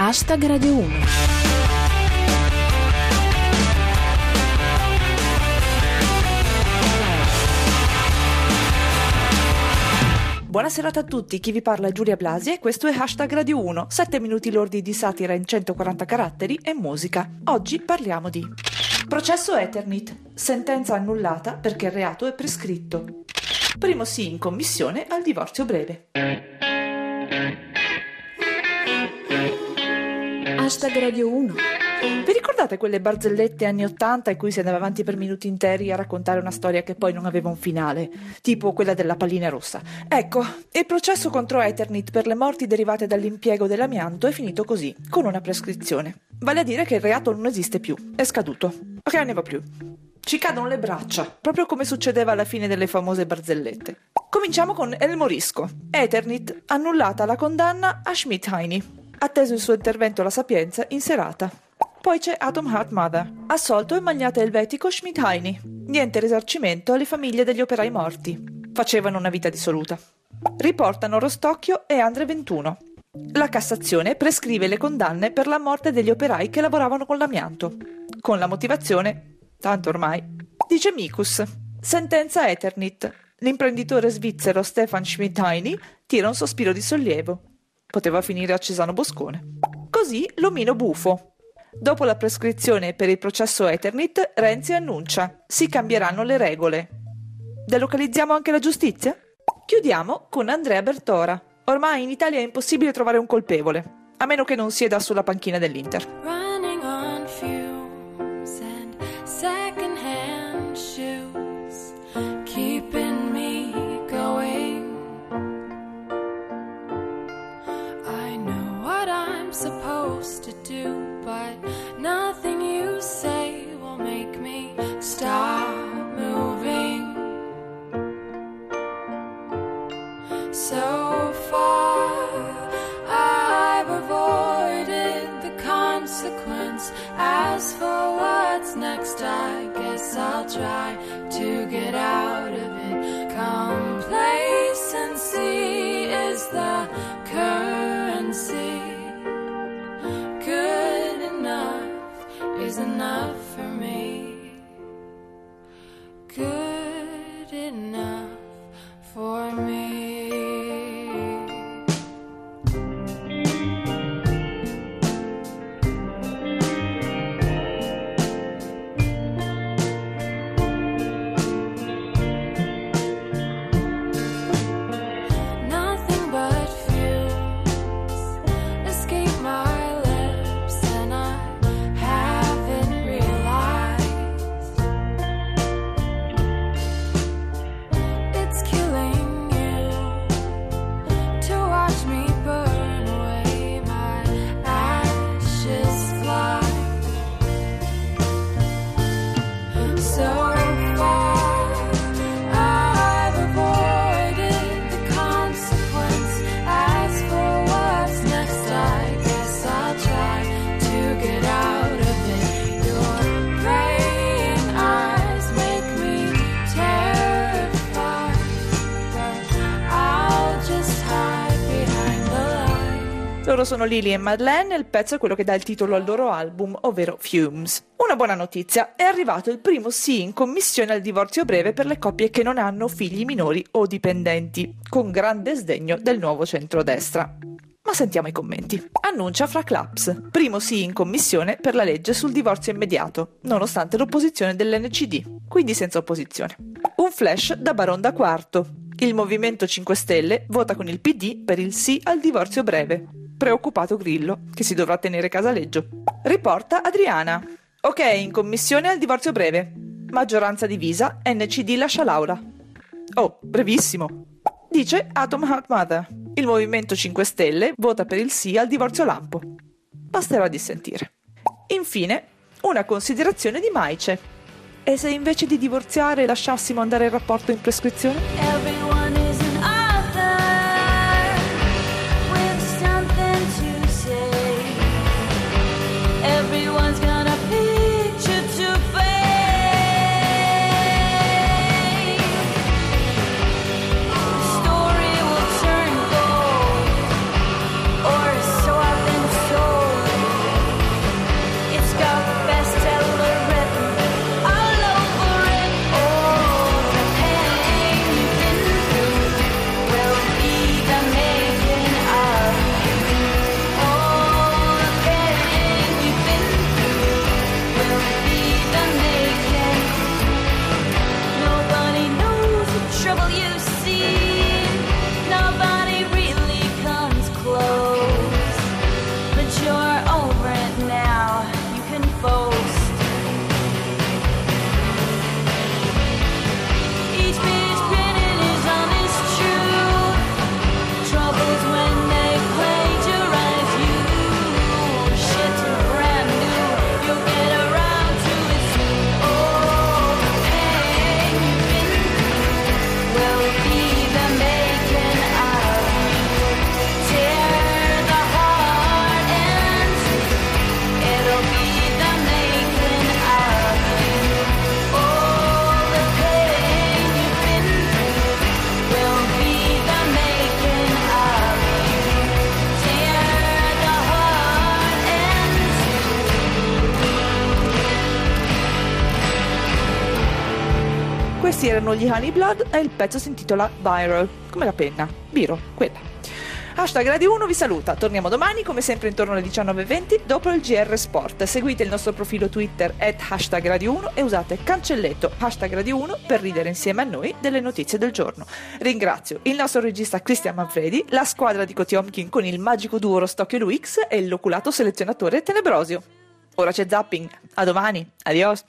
Hashtag Radio 1. Buona serata a tutti, chi vi parla è Giulia Blasi e questo è Hashtag Radio 1, 7 minuti lordi di satira in 140 caratteri e musica. Oggi parliamo di processo Eternit, sentenza annullata perché il reato è prescritto. Primo sì in commissione al divorzio breve. Hashtag Radio 1. Vi ricordate quelle barzellette anni 80 in cui si andava avanti per minuti interi a raccontare una storia che poi non aveva un finale, tipo quella della pallina rossa? Ecco, il processo contro Eternit per le morti derivate dall'impiego dell'amianto è finito così, con una prescrizione. Vale a dire che il reato non esiste più, è scaduto, che non ne va più. Ci cadono le braccia, proprio come succedeva alla fine delle famose barzellette. Cominciamo con El Morisco. Eternit, annullata la condanna a Schmidt-Heiny. Atteso il suo intervento alla Sapienza in serata. Poi c'è Atom Heart Mother, assolto il magnate elvetico Schmidt-Heiny. Niente risarcimento alle famiglie degli operai morti. Facevano una vita dissoluta. Riportano Rostocchio e Andre 21. La Cassazione prescrive le condanne per la morte degli operai che lavoravano con l'amianto. Con la motivazione, tanto ormai, dice Micus. Sentenza Eternit. L'imprenditore svizzero Stefan Schmidt-Heiny tira un sospiro di sollievo. Poteva finire a Cesano Boscone. Così l'omino bufo. Dopo la prescrizione per il processo Eternit, Renzi annuncia: si cambieranno le regole. Delocalizziamo anche la giustizia? Chiudiamo con Andrea Bertora. Ormai in Italia è impossibile trovare un colpevole, a meno che non sieda sulla panchina dell'Inter. Running on fumes and second-hand shoes, keeping me going. I know what I'm supposed to do, but nothing you say will make me stop moving. So far I've avoided the consequence. As for what's next, I guess I'll try to get out of it. Complacency is the currency. Good enough is enough for me. Good enough for me. Loro sono Lily e Madeleine e il pezzo è quello che dà il titolo al loro album, ovvero Fumes. Una buona notizia, è arrivato il primo sì in commissione al divorzio breve per le coppie che non hanno figli minori o dipendenti, con grande sdegno del nuovo centrodestra. Ma sentiamo i commenti. Annuncia fra Claps, primo sì in commissione per la legge sul divorzio immediato, nonostante l'opposizione dell'NCD, quindi senza opposizione. Un flash da Baron da Quarto. Il Movimento 5 Stelle vota con il PD per il sì al divorzio breve. Preoccupato Grillo, che si dovrà tenere casaleggio. Riporta Adriana. Ok, in commissione al divorzio breve. Maggioranza divisa, NCD lascia l'aula. Oh, brevissimo. Dice Atom Heart Mother. Il Movimento 5 Stelle vota per il sì al divorzio lampo. Basterà dissentire. Infine, una considerazione di Maice. E se invece di divorziare lasciassimo andare il rapporto in prescrizione? Everyone is an author with something to say. Everyone's got a picture to paint. The story will turn gold, or so I've been told. Questi erano gli Honey Blood e il pezzo si intitola Biro, come la penna, Biro, quella. Hashtag Radio 1 vi saluta, torniamo domani come sempre intorno alle 19:20 dopo il GR Sport. Seguite il nostro profilo Twitter @hashtag Radio 1 e usate cancelletto hashtag Radio 1 per ridere insieme a noi delle notizie del giorno. Ringrazio il nostro regista Cristian Manfredi, la squadra di Kotiomkin con il magico duo Rostocchio Luix e l'oculato selezionatore Tenebrosio. Ora c'è zapping, a domani, adios!